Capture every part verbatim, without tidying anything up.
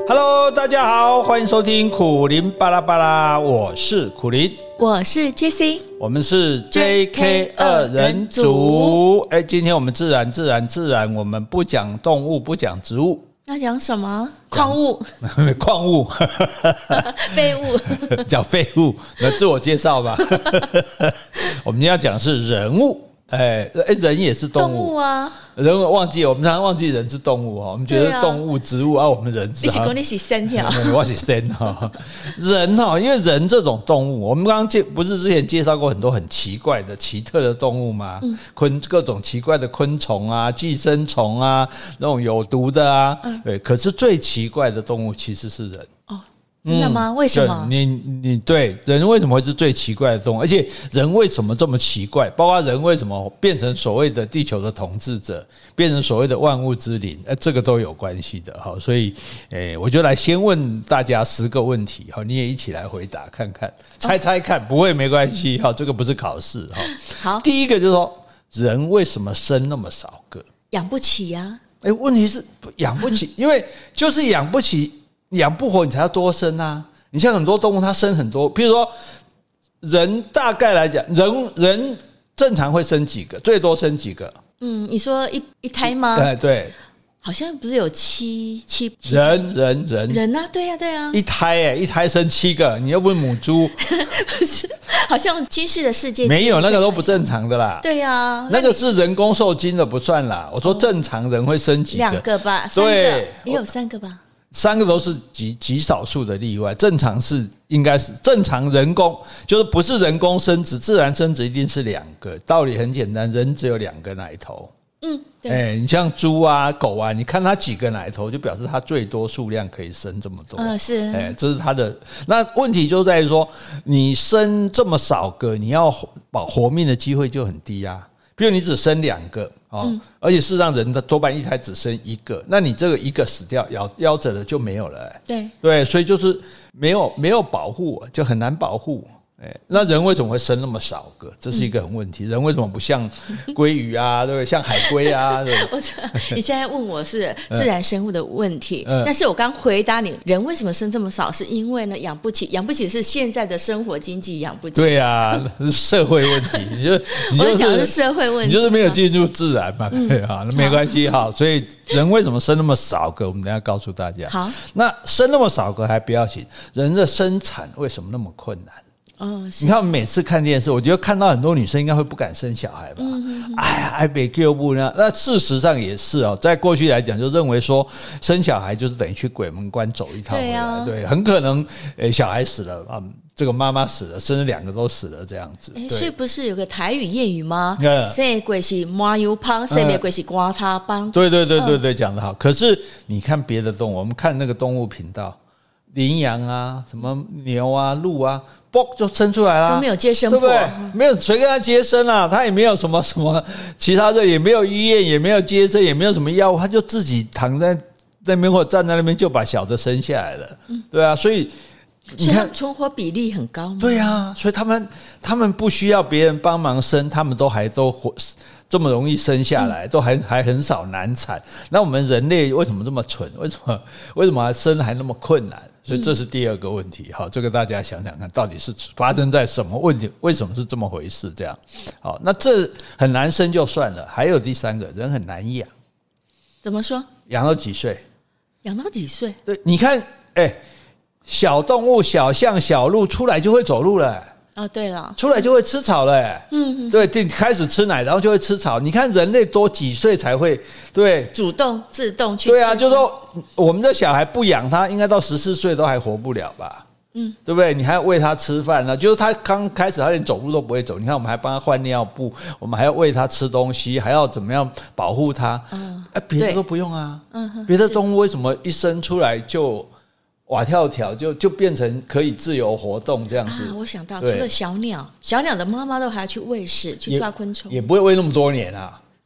Hello， 大家好，欢迎收听苦苓巴拉巴拉，我是苦苓， 我是 J C， 我们是 J K 二人组。哎，今天我们自然自然自然，我们不讲动物，不讲植物， 那讲什么？矿物， 矿物， 废物， 讲废物。那自我介绍吧。我们今天要讲的是人物。哎，人也是动物， 动物啊！ 人忘记我们常常忘记人是动物哈，我们觉得动物、植物啊，我们人是。 你是讲你是生条， 我是生哈。人哈，因为人这种动物，我们刚刚介不是之前介绍过很多很奇怪的、奇特的动物吗？嗯、昆各种奇怪的昆虫啊、寄生虫啊，那种有毒的啊，嗯、对。可是最奇怪的动物其实是人。 哦。真的吗？嗯、为什么？ 你你对人为什么会是最奇怪的动物？而且人为什么这么奇怪？包括人为什么变成所谓的地球的统治者，变成所谓的万物之灵，呃，这个都有关系的哈。所以，诶，我就来先问大家十个问题哈，你也一起来回答看看，猜猜看，不会没关系哈，这个不是考试哈。 好， 第一个就是说，人为什么生那么少个？ 养不起呀、啊。 诶，问题是养不起，因为就是养不起。养不活你才要多生啊！你像很多动物它生很多，譬如说人大概来讲，人人正常会生几个？最多生几个？ 嗯，你说一一胎吗？ 对对， 好像不是有七七人人人人啊？对呀、啊、对呀、啊， 一胎哎、欸，一胎生七个，你又不是母猪， 不是？好像今世的世界没有那个都不正常的啦。 对呀、啊， 那个是人工受精的不算啦。我说正常人会生几个？ 两个吧，三个对， 也有三个吧。 三个都是极极少数的例外，正常是应该是正常人工，就是不是人工生殖，自然生殖一定是两个。道理很简单，人只有两个奶头。 嗯，对。 欸、你像猪啊、狗啊，你看它几个奶头，就表示它最多数量可以生这么多。 嗯，是。 哎、欸，这是它的。那问题就在于说，你生这么少个，你要保活命的机会就很低啊。比如你只生两个。哦嗯、而且事实上人的多半一胎只生一个，那你这个一个死掉，夭夭折了就没有了、欸。 对对，所以就是没有没有保护，就很难保护。哎，那人为什么会生那么少个？这是一个很问题。嗯、人为什么不像鲑鱼啊，对不对？像海龟啊？对不对？ 我你现在问我是自然生物的问题，嗯、但是我刚回答你，人为什么生这么少？是因为呢养不起，养不起是现在的生活经济养不起。 对啊，是社会问题。你就你就是我讲的是社会问题， 你就是没有进入自然嘛？嗯、对啊，那没关系哈。所以人为什么生那么少个？我们等一下告诉大家。 好， 那生那么少个还不要紧，人的生产为什么那么困难？ 哦、 你看，我们每次看电视，我觉得看到很多女生应该会不敢生小孩吧？嗯嗯、哎呀，爱北 Q 不呢？那事实上也是哦，在过去来讲，就认为说生小孩就是等于去鬼门关走一趟回来，对,、啊、对，很可能诶小孩死了啊、嗯，这个妈妈死了，甚至两个都死了这样子。 哎，所以不是有个台语谚语吗？生过是麻油棒，生没过是刮擦棒。 对对对对对，讲得好。可是你看别的动物，我们看那个动物频道。羚羊啊，什么牛啊、鹿啊，啵就生出来了， 都没有接生婆， 对不对？没有谁跟他接生啊，他也没有什么什么其他的，也没有医院，也没有接生，也没有什么药物，他就自己躺在那边或者站在那边就把小的生下来了，嗯、对啊，所以你看存活比例很高吗？ 对啊，所以他们他们不需要别人帮忙生，他们都还都活。这么容易生下来，都还还很少难产。那我们人类为什么这么蠢？为什么为什么还生还那么困难？所以这是第二个问题。好，这个大家想想看，到底是发生在什么问题？为什么是这么回事？这样，好，那这很难生就算了，还有第三个，人很难养。 怎么说？ 养到几岁？ 养到几岁？ 对，你看，哎、欸，小动物、小象、小鹿出来就会走路了、欸。 哦，对了， 出来就会吃草了、欸，嗯，对，开始吃奶，然后就会吃草。你看人类多几岁才会对主动自动去吃？ 对啊，就是说我们的小孩不养他，应该到十四岁都还活不了吧？嗯，对不对？你还要喂他吃饭呢，就是他刚开始他连走路都不会走，你看我们还帮他换尿布，我们还要喂他吃东西，还要怎么样保护他？嗯，哎，别的都不用啊。嗯，别的动物为什么一生出来就？蛙跳跳就就变成可以自由活动这样子啊！我想到除了小鸟，小鸟的妈妈都还要去喂食，去抓昆虫， 也不会喂那么多年啊。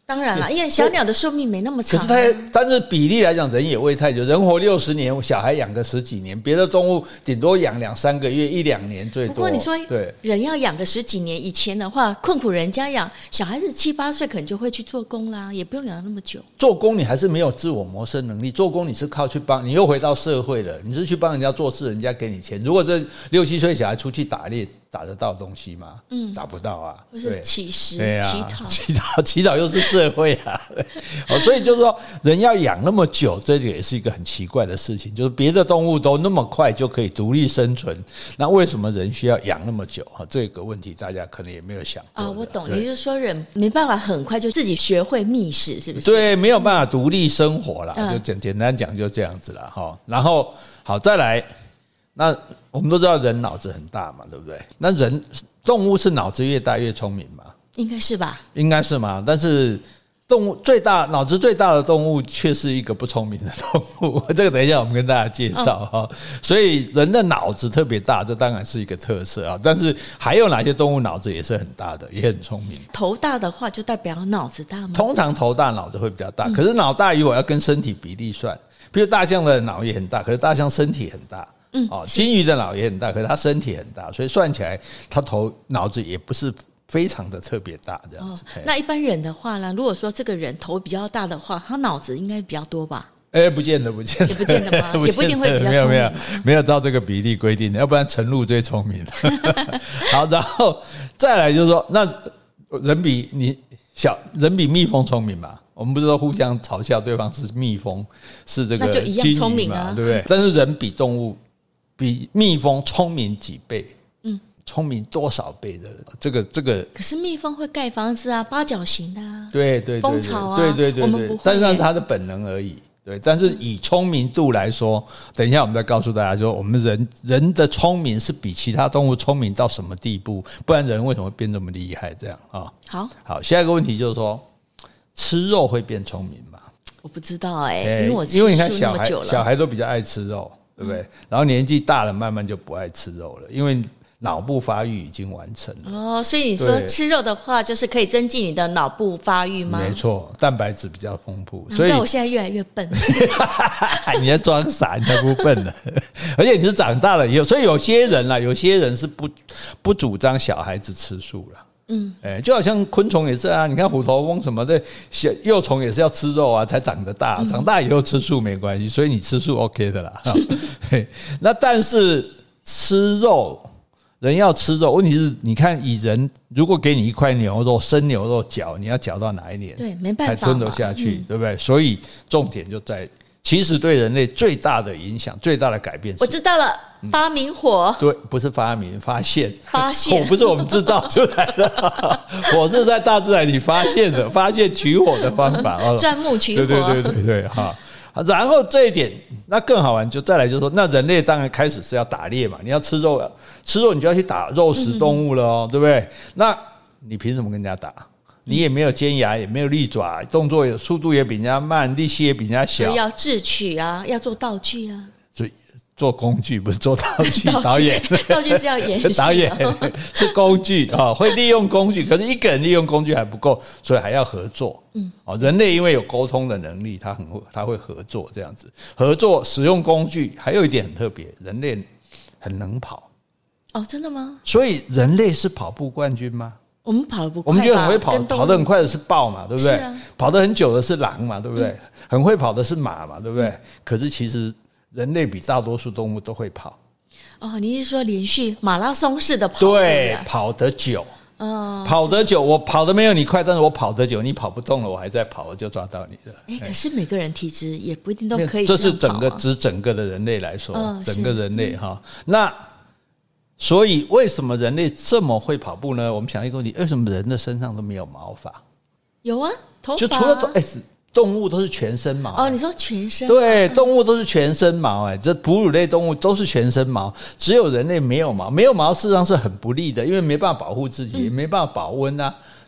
当然了，因为小鸟的寿命没那么长、啊， 可是它，但是比例来讲，人也未太久，人活六十年，小孩养个十几年，别的动物顶多养两三个月、一两年最多。 不过你说， 对， 人要养个十几年，以前的话，困苦人家养小孩子七八岁，可能就会去做工啦，也不用养那么久。 做工你还是没有自我谋生能力，做工你是靠去帮，你又回到社会了，你是去帮人家做事，人家给你钱。如果这六七岁小孩出去打猎，打得到东西吗？嗯，打不到啊。 或是乞食、 对啊、 乞讨、 乞讨、乞讨又是社会啊。哦，所以就是说，人要养那么久，这个也是一个很奇怪的事情。就是别的动物都那么快就可以独立生存，那为什么人需要养那么久？哈，这个问题大家可能也没有想过。 啊、哦，我懂，你是说人没办法很快就自己学会觅食，是不是？ 对，没有办法独立生活啦， 嗯、 就简简单讲就这样子啦。哈，然后好再来，那我们都知道人脑子很大嘛，对不对？那人动物是脑子越大越聪明嘛？ 应该是吧？ 应该是嘛？但是动物最大脑子最大的动物却是一个不聪明的动物，这个等一下我们跟大家介绍哈。所以人的脑子特别大，这当然是一个特色啊。但是还有哪些动物脑子也是很大的，也很聪明？ 头大的话就代表脑子大吗？ 通常头大脑子会比较大，可是脑大如果要跟身体比例算，比如大象的脑也很大，可是大象身体很大。嗯，哦，金鱼的脑也很大，可是它身体很大，所以算起来它头脑子也不是非常的特别大这样子。 哦，那一般人的话呢，如果说这个人头比较大的话，他脑子应该比较多吧？ 哎、欸，不见得，不见得， 也不见得吗？也不一定会比较聪明。 没有没有没有照这个比例规定的，要不然陈露最聪明。好，然后再来就是说，那人比你小，人比蜜蜂聪明嘛？我们不是说互相嘲笑对方是蜜蜂，是这个金鱼嘛， 那就一样聪明啊， 对不对？但是人比动物比蜜蜂聪明几倍？嗯，聪明多少倍的？这个这个。 可是蜜蜂会盖房子啊，八角形的啊， 对对对， 蜂巢啊， 对对对对， 我们不会， 但是那是它的本能而已。对，但是以聪明度来说，等一下我们再告诉大家说，我们人人的聪明是比其他动物聪明到什么地步？不然人为什么会变这么厉害？这样啊？ 好， 好，下一个问题就是说，吃肉会变聪明吗？ 我不知道哎、欸，因为我因为你看吃素小孩那么久了， 小孩都比较爱吃肉，对不对？嗯、然后年纪大了，慢慢就不爱吃肉了，因为脑部发育已经完成了。 哦，所以你说吃肉的话，就是可以增进你的脑部发育吗？ 没错，蛋白质比较丰富。所以我现在越来越笨。 你在装傻，你才不笨了。而且你是长大了以后，所以有些人啦，有些人是不不主张小孩子吃素了。嗯，哎，就好像昆虫也是啊，你看虎头蜂什么的，小幼虫也是要吃肉啊，才长得大。嗯、长大以后吃素没关系，所以你吃素 OK 的啦。那但是吃肉。人要吃肉，问题是你看以人如果给你一块牛肉，生牛肉嚼，你要嚼到哪一年？ 对，没办法才吞得下去，嗯、对不对？所以重点就在，其实对人类最大的影响、最大的改变是， 我知道了，发明火。 对，不是发明，发现， 发现， 火不是我们制造出来的，火是在大自然里发现的，发现取火的方法， 钻木取火。 对对对对对，哈。然后这一点，那更好玩，就再来就是说，那人类当然开始是要打猎嘛，你要吃肉，吃肉你就要去打肉食动物了哦，嗯、对不对？那你凭什么跟人家打？你也没有尖牙，也没有利爪，动作也速度也比人家慢，力气也比人家小， 所以要智取啊，要做道具啊。 所以做工具不是做道具，导演道具是要演戏， 导演是工具啊，会利用工具，可是一个人利用工具还不够，所以还要合作。嗯，哦，人类因为有沟通的能力，他很会，他会合作这样子，合作使用工具，还有一点很特别，人类很能跑。 哦，真的吗？ 所以人类是跑步冠军吗？ 我们跑得不快吧， 我们觉得很会跑，跑得很快的是豹嘛，对不对？ 啊、 跑得很久的是狼嘛，对不对？嗯、很会跑的是马嘛，对不对？嗯、可是其实人类比大多数动物都会跑。 哦，你是说连续马拉松式的跑？ 对，跑得久。哦，跑得久，我跑得没有你快，但是我跑得久，你跑不动了，我还在跑，我就抓到你了。 哎，可是每个人体质也不一定都可以、啊。 这是整个指整个的人类来说，哦、整个人类哈。那所以为什么人类这么会跑步呢？我们想一个问题：为什么人的身上都没有毛发？ 有啊，头发、啊、 就除了哎。动物都是全身毛哦，你说全身对，动物都是全身毛哎，这哺乳类动物都是全身毛，只有人类没有毛，没有毛事实上是很不利的，因为没办法保护自己，也没办法保温啊，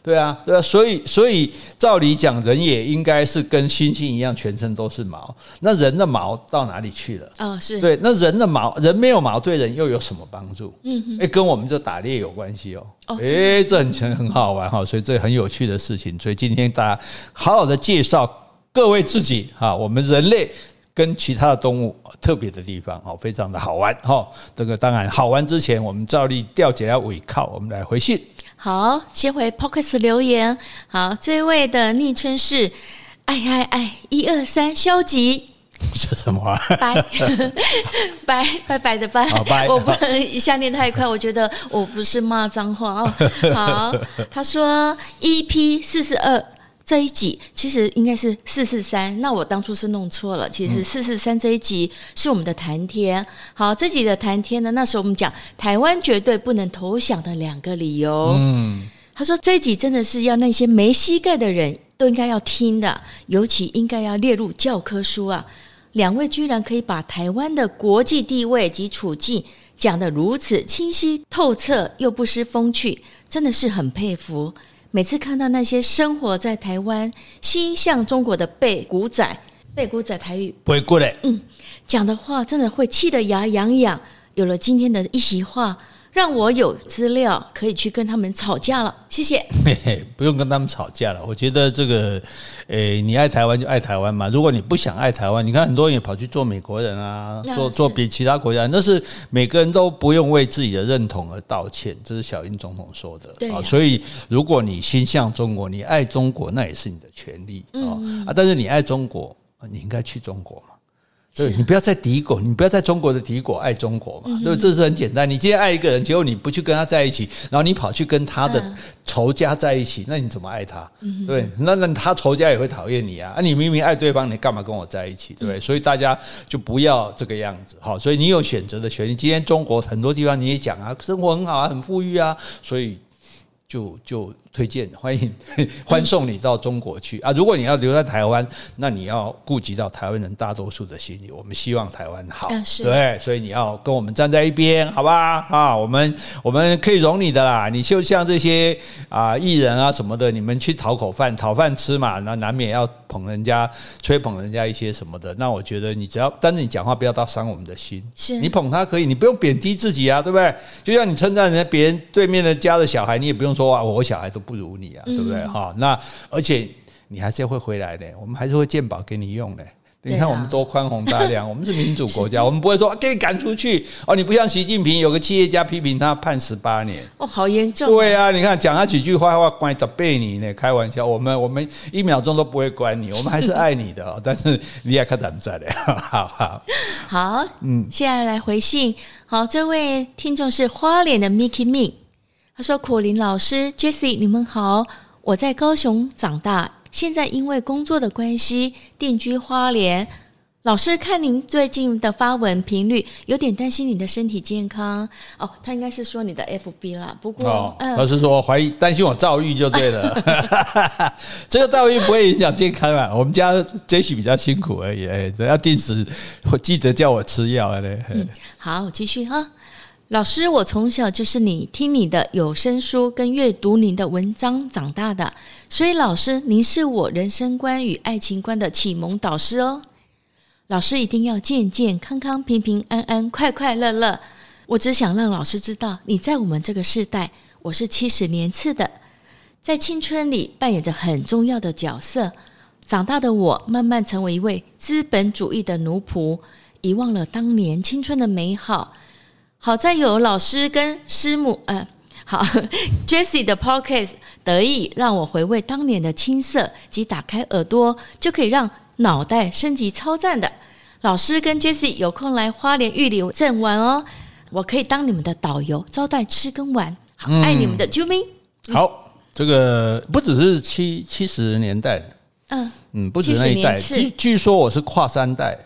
对啊，对啊，所以所以照理讲，人也应该是跟猩猩一样，全身都是毛。那人的毛到哪里去了？ 哦，是对，那人的毛，人没有毛对人又有什么帮助？嗯，哎、欸，跟我们这打猎有关系哦。哎、哦欸，这很很好玩哈，所以这很有趣的事情。所以今天大家好好的介绍各位自己哈，我们人类跟其他的动物特别的地方哦，非常的好玩哈。这个当然好玩之前，我们照例调解下尾靠，我们来回信。 好，先回 Podcast 留言。好，这位的昵称是爱爱爱一二三消极。 是什么、啊？ 拜拜拜拜的拜，我不能一下念太快，我觉得我不是骂脏话哦。好，他说 E P 四十二这一集其实应该是四四三，那我当初是弄错了，其实四四三这一集是我们的谈天。好，这集的谈天呢，那时候我们讲台湾绝对不能投降的两个理由。嗯，他说这一集真的是要那些没膝盖的人都应该要听的，尤其应该要列入教科书啊。两位居然可以把台湾的国际地位及处境讲得如此清晰透彻，又不失风趣，真的是很佩服。每次看到那些生活在台湾心向中国的背骨仔，背骨仔台语背骨嘞， 嗯，讲的话真的会气得牙痒痒。有了今天的一席话，让我有资料可以去跟他们吵架了，谢谢。 嘿嘿，不用跟他们吵架了。我觉得这个，诶，你爱台湾就爱台湾嘛。如果你不想爱台湾，你看很多人也跑去做美国人啊，做做别其他国家，那是每个人都不用为自己的认同而道歉。这是小英总统说的。 对、啊， 所以如果你心向中国，你爱中国，那也是你的权利、嗯、啊。但是你爱中国，你应该去中国嘛。对，你不要在敌国，你不要在中国的敌国爱中国嘛，对，这是很简单。你今天爱一个人，结果你不去跟他在一起，然后你跑去跟他的仇家在一起，那你怎么爱他？对，那那他仇家也会讨厌你啊！啊，你明明爱对方，你干嘛跟我在一起？对不对？所以大家就不要这个样子，好，所以你有选择的权利。今天中国很多地方你也讲啊，生活很好啊，很富裕啊，所以就就。推荐欢迎欢送你到中国去啊！如果你要留在台湾，那你要顾及到台湾人大多数的心理。我们希望台湾好，对，所以你要跟我们站在一边，好吧？啊，我们我们可以容你的啦。你就像这些啊艺人啊什么的，你们去讨口饭、讨饭吃嘛，那难免要捧人家、吹捧人家一些什么的。那我觉得你只要，但是你讲话不要到伤我们的心。 是你捧他可以，你不用贬低自己啊，对不对？就像你称赞人家别人对面的家的小孩，你也不用说啊，我小孩都不如你啊，对不对？哈、嗯，那而且你还是会回来的，我们还是会健保给你用的。你看我们多宽宏大量，我们是民主国家，我们不会说给你赶出去哦。你不像习近平，有个企业家批评他判十八年， 哦，好严重、啊。 对啊，你看讲他几句坏话，关十倍你呢？开玩笑，我们我们一秒钟都不会关你，我们还是爱你的、哦。但是你也看咱在的，好好好，嗯，现在来回信。好，这位听众是花莲的 Mickey Min， 他说：“苦苓老师 Jessie， 你们好，我在高雄长大。”现在因为工作的关系定居花莲，老师看您最近的发文频率，有点担心你的身体健康哦。他应该是说你的 F B 啦，不过、 哦嗯、他是说怀疑担心我躁郁就对了。这个躁郁不会影响健康啊，我们家 Jessie 比较辛苦而已，哎，要定时记得叫我吃药嘞。 嗯，好，我继续哈。老师，我从小就是你听你的有声书跟阅读您的文章长大的，所以老师您是我人生观与爱情观的启蒙导师哦。老师一定要健健康康、平平安安、快快乐乐。我只想让老师知道，你在我们这个世代，我是七十年次的，在青春里扮演着很重要的角色。长大的我慢慢成为一位资本主义的奴仆，遗忘了当年青春的美好。好在有老师跟师母，呃，好 Jessie 的 Podcast 得以让我回味当年的青涩，及打开耳朵就可以让脑袋升级超赞的。老师跟 Jessie 有空来花莲玉里镇玩哦，我可以当你们的导游，招待吃跟玩。好，嗯、爱你们的啾咪。 好，这个不只是七七十年代的。嗯嗯，不止那一代，据据说我是跨三代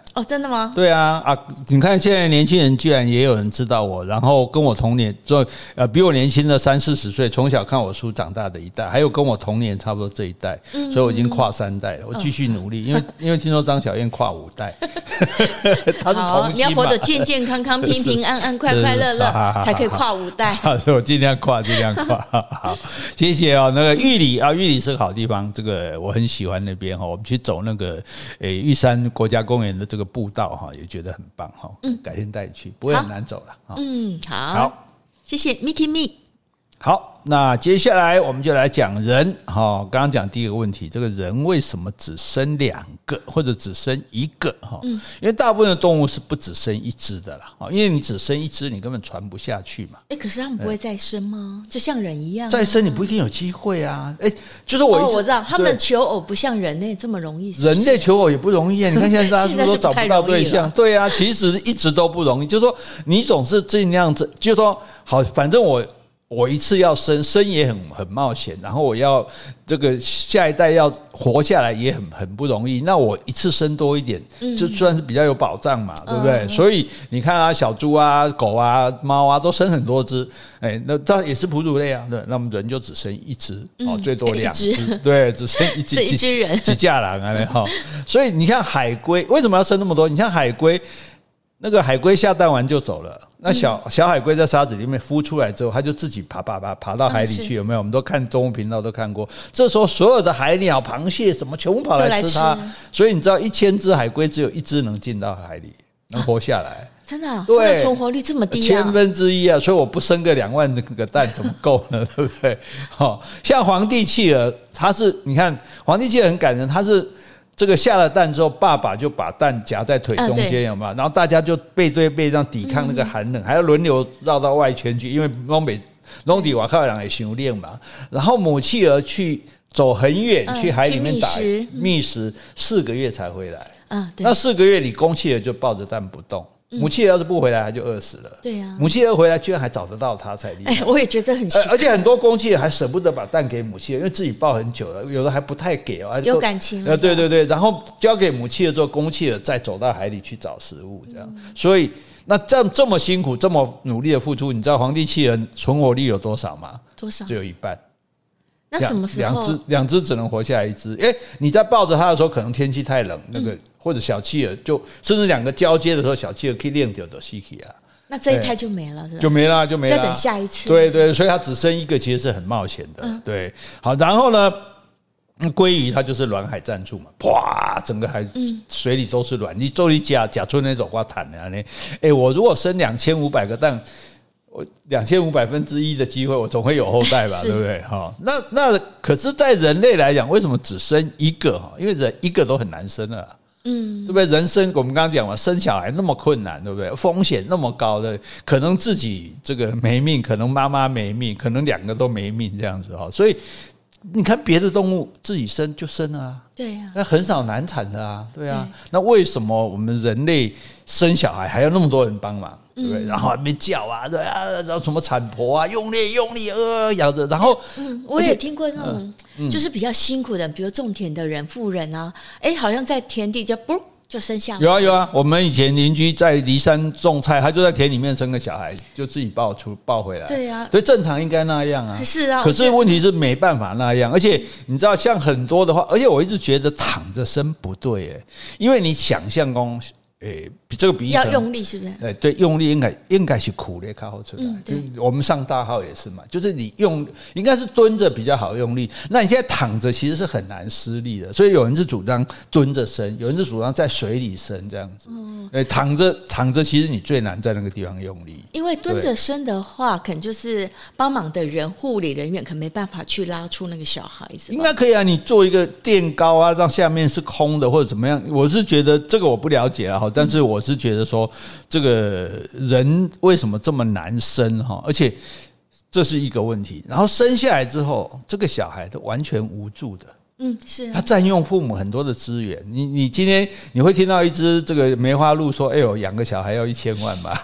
哦，真的吗？ 对啊啊！你看现在年轻人居然也有人知道我，然后跟我同年，就呃比我年轻的三四十岁，从小看我书长大的一代，还有跟我同年差不多这一代，嗯、所以我已经跨三代了。我继续努力，嗯、因为因为听说张小燕跨五代，他是同期嘛， 你要活得健健康康、平平安安、快快乐乐，才可以跨五代。 所以我尽量跨，尽量跨。好，谢谢哦。那个玉里啊，玉里是个好地方，这个我很喜欢那边哈。我们去走那个诶玉山国家公园的这个步道哈，也觉得很棒哈。嗯，改天带你去，不会很难走了。 嗯，好，好，谢谢 Mickey Me。 好，那接下来我们就来讲人哈。刚刚讲第一个问题，这个人为什么只生两个或者只生一个哈？嗯，因为大部分的动物是不只生一只的啦，因为你只生一只，你根本传不下去嘛。 哎、欸，可是他们不会再生吗？就像人一样、啊， 再生你不一定有机会啊。哎、欸，就是我一、 哦，我知道他们求偶不像人类这么容易是不是， 人类求偶也不容易啊。你看现在大家是不是都找不到对象？对啊，其实一直都不容易。就是说你总是尽量子，就是说好，反正我。我一次要生，生也很很冒险，然后我要这个下一代要活下来也很很不容易。那我一次生多一点，就算是比较有保障嘛，嗯、对不对？嗯、所以你看啊，小猪啊、狗啊、猫啊都生很多只，哎，那当然也是哺乳类啊。对，那么人就只生一只，哦，最多两只，对，只生一只， 一只人， 几架狼啊，哈。所以你看海龟为什么要生那么多？你像海龟。那个海龟下蛋完就走了，那小小海龟在沙子里面孵出来之后，它就自己爬爬爬爬到海里去，有没有？我们都看动物频道都看过。这时候所有的海鸟、螃蟹什么全部跑来吃它，所以你知道一千只海龟只有一只能进到海里，能活下来。啊真的、啊， 对， 存活率这么低、啊， 千分之一啊！所以我不生个两万个蛋怎么够呢？对不对？好，像皇帝企鹅，它是你看皇帝企鹅很感人，它是。这个下了蛋之后，爸爸就把蛋夹在腿中间，有没有？然后大家就背对背这样抵抗那个寒冷，还要轮流绕到外圈去，因为东北东底瓦靠两也修炼嘛。然后母企鹅去走很远，去海里面打觅食，四个月才回来。嗯，那四个月里，公企鹅就抱着蛋不动。母企鹅要是不回来，它就饿死了。 对呀、啊， 母企鹅回来居然还找得到它，才厉害。 哎，我也觉得很奇怪。 而且很多公企鹅还舍不得把蛋给母企鹅，因为自己抱很久了，有的还不太给哦， 有感情了。 呃，对对对，然后交给母企鹅之后，公企鹅再走到海里去找食物，这样。嗯、所以那这这么辛苦、这么努力的付出，你知道皇帝企鹅存活率有多少吗？ 多少？ 只有一半。 那什么时候？ 两只两只只能活下来一只，因为你在抱着它的时候，可能天气太冷，那个、嗯、或者小企鹅就甚至两个交接的时候，小企鹅可以练掉的西奇啊， 那这一胎就没了，是吧？ 就没了，就没了， 再等下一次。 对对，所以它只生一个其实是很冒险的。嗯、对，好，然后呢，鲑鱼它就是卵海战术嘛，啪，整个海水里都是卵。你做你假假春那种瓜坦的呢？哎，我如果生两千五百个蛋。我两千五百分之一的机会，我总会有后代吧，对不对？哈，那那可是，在人类来讲，为什么只生一个？哈，因为人一个都很难生了，嗯，对不对？人生我们刚刚讲嘛，生小孩那么困难，对不对？风险那么高的，可能自己这个没命，可能妈妈没命，可能两个都没命这样子哈。所以你看别的动物自己生就生了啊， 对呀、啊， 那很少难产的啊，对啊。对，那为什么我们人类生小孩还要那么多人帮忙？对不对？然后还没叫啊，对啊，然后什么产婆啊，用力用力呃咬着，然后嗯，我也听过那种、嗯、就是比较辛苦的，比如种田的人、妇人啊，哎，好像在田地就不就生下来。 有啊有啊，我们以前邻居在梨山种菜，他就在田里面生个小孩，就自己抱出抱回来。 对啊， 所以正常应该那样啊。 是啊， 可是问题是没办法那样，而且你知道，像很多的话，而且我一直觉得躺着生不对哎，因为你想象中。诶，这个比喻要用力是不是？ 哎，对，用力应该应该是苦力靠后出来。嗯，对，我们上大号也是嘛，就是你用应该是蹲着比较好用力。那你现在躺着其实是很难施力的，所以有人是主张蹲着生，有人是主张在水里生这样子。嗯，哎，躺着躺着其实你最难在那个地方用力， 因为蹲着生的话，可能就是帮忙的人、护理人员可能没办法去拉出那个小孩子。 应该可以啊，你做一个垫高啊，让下面是空的或者怎么样。我是觉得这个我不了解啊。但是我是觉得说，这个人为什么这么难生哈？而且这是一个问题。然后生下来之后，这个小孩都完全无助的。嗯，是、啊、他占用父母很多的资源。你你今天你会听到一只这个梅花鹿说：“哎呦，养个小孩要一千万吧？”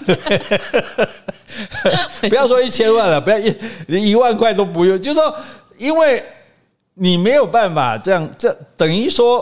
不要说一千万了，不要一一万块都不用，就是说，因为你没有办法这样，这等于说。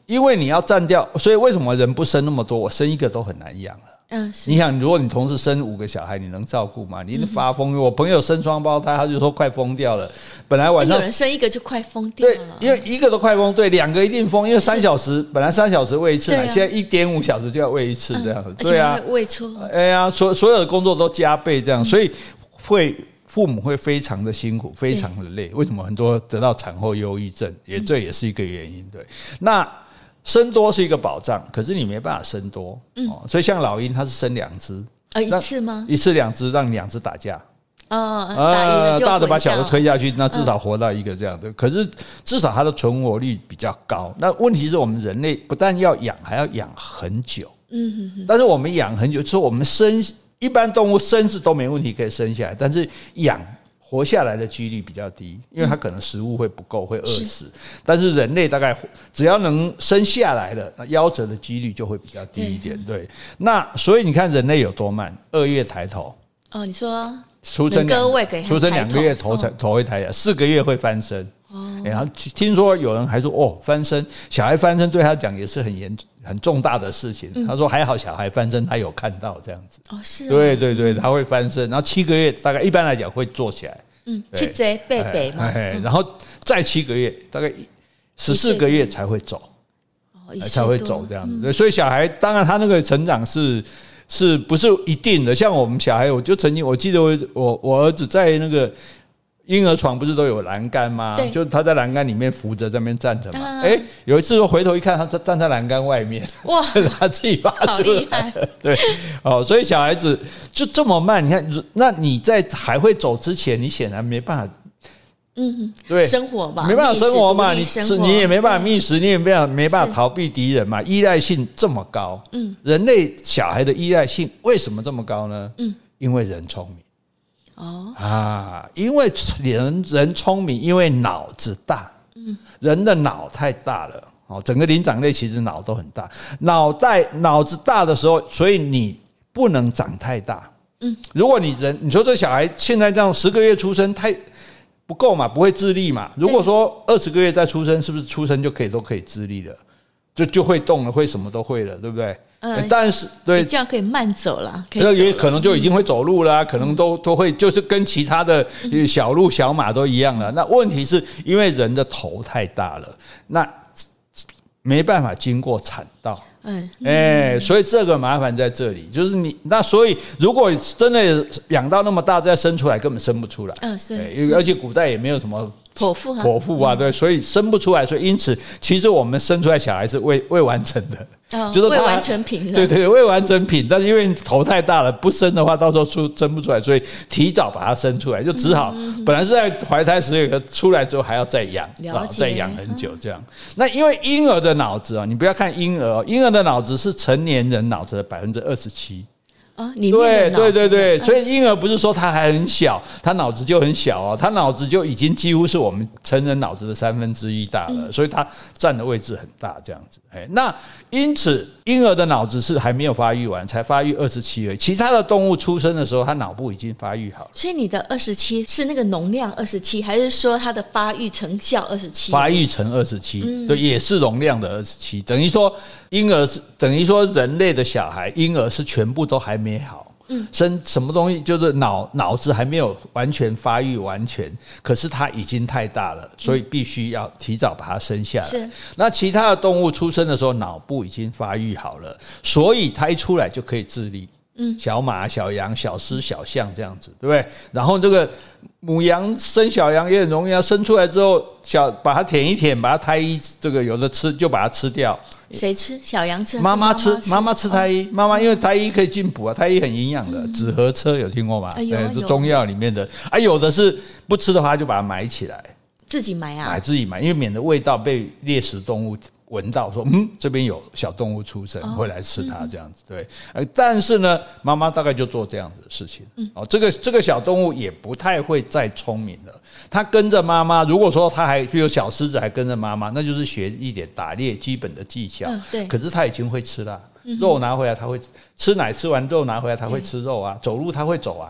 因为你要占掉，所以为什么人不生那么多？我生一个都很难养了。 嗯， 你想，如果你同时生五个小孩，你能照顾吗？你发疯！嗯、我朋友生双胞胎，他就说快疯掉了。本来晚上有人生一个就快疯掉了， 对，因为一个都快疯，对，两个一定疯，因为三小时本来三小时喂一次奶，啊、现在一点五小时就要喂一次这样子，嗯、对啊， 喂错， 哎呀，所所有的工作都加倍这样，所以会父母会非常的辛苦，非常的累。为什么很多得到产后忧郁症？也这也是一个原因。对，那。生多是一个保障，可是你没办法生多，嗯哦、所以像老鹰，它是生两只， 呃，一次吗？ 一次两只，让两只打架， 哦，呃， 大的把小的推下去，那至少活到一个这样的。嗯、可是至少它的存活率比较高。那问题是我们人类不但要养，还要养很久，嗯哼哼。但是我们养很久，就是我们生一般动物生是都没问题可以生下来，但是养。活下来的几率比较低，因为它可能食物会不够，会饿死。但是人类大概只要能生下来了，那夭折的几率就会比较低一点。对，那所以你看人类有多慢，二月抬头。 哦，你说出生两出生两个月头才头会抬起来，四个月会翻身。哦，然后听说有人还说哦，翻身小孩翻身对他讲也是很严很重大的事情。嗯、他说还好小孩翻身他有看到这样子。 哦，是、哦。 对对对，他会翻身，然后七个月大概一般来讲会坐起来。 嗯，七岁贝贝嘛， 然后再七个月，大概十四个月才会走，哦、才会走这样子。嗯、所以小孩当然他那个成长是是不是一定的？像我们小孩，我就曾经我记得我我我儿子在那个婴儿床不是都有栏杆吗？就是他在栏杆里面扶着在那边站着嘛。哎、啊，有一次我回头一看，他站在栏杆外面，哇，他自己爬出来。对，哦，所以小孩子就这么慢，你看，那你在还会走之前，你显然没办法， 嗯， 对， 生活嘛， 没办法生活嘛，你是你也没办法觅食，你也没办法没办法逃避敌人嘛，依赖性这么高，嗯，人类小孩的依赖性为什么这么高呢？嗯，因为人聪明。哦啊，因为人人聪明，因为脑子大，嗯，人的脑太大了，哦，整个灵长类其实脑都很大，脑袋脑子大的时候，所以你不能长太大，嗯，如果你人你说这小孩现在这样十个月出生太不够嘛，不会自立嘛，如果说二十个月再出生，是不是出生就可以都可以自立了，就就会动了，会什么都会了，对不对？嗯，但是对， 这样可以慢走了， 那也可能就已经会走路了、啊，可能都都会就是跟其他的小鹿、小马都一样了。那问题是因为人的头太大了，那没办法经过产道。嗯，哎，所以这个麻烦在这里，就是你那所以如果真的养到那么大再生出来，根本生不出来。嗯，是，而且古代也没有什么。 剖腹啊， 剖腹啊，对，所以生不出来，所以因此，其实我们生出来小孩是未未完成的， 哦、就是未完成品的， 对对，未完成品。但是因为头太大了，不生的话，到时候出生不出来，所以提早把它生出来，就只好、嗯、本来是在怀胎十月，出来之后还要再养，再养很久这样。嗯、那因为婴儿的脑子啊，你不要看婴儿，婴儿的脑子是成年人脑子的百分之二十七。 哦，里面的对对对对，所以婴儿不是说他还很小，他脑子就很小哦，他脑子就已经几乎是我们成人脑子的三分之一大了，嗯、所以他占的位置很大，这样子。哎，那因此婴儿的脑子是还没有发育完，才发育二十七而已。其他的动物出生的时候，他脑部已经发育好了。 所以你的二十七是那个容量二十七，还是说它的发育成效二十七？ 发育成二十七，对，也是容量的二十七，等于说婴儿是等于说人类的小孩，婴儿是全部都还没好。嗯，生什么东西就是脑脑子还没有完全发育完全，可是它已经太大了，所以必须要提早把它生下来。是，那其他的动物出生的时候，脑部已经发育好了，所以它一出来就可以自立。嗯，小马、小羊、小狮、小象这样子，对不对？然后这个母羊生小羊也很容易啊，生出来之后，小把它舔一舔，把它胎衣这个有的吃就把它吃掉。 谁吃？小羊吃？ 妈妈吃，妈妈吃胎衣。妈妈因为胎衣可以进补啊，胎衣很营养的。紫河车有听过吗？ 哎， 是中药里面的。啊，有的是不吃的话，就把它埋起来， 自己埋啊， 买自己买，因为免得味道被猎食动物闻到，说嗯，这边有小动物出生，会来吃它这样子。对，呃，但是呢，妈妈大概就做这样子的事情。哦，这个这个小动物也不太会再聪明了。它跟着妈妈，如果说它还比如小狮子还跟着妈妈，那就是学一点打猎基本的技巧。嗯，对。可是它已经会吃了，肉拿回来它会吃奶，吃完肉拿回来它会吃肉啊，走路它会走啊。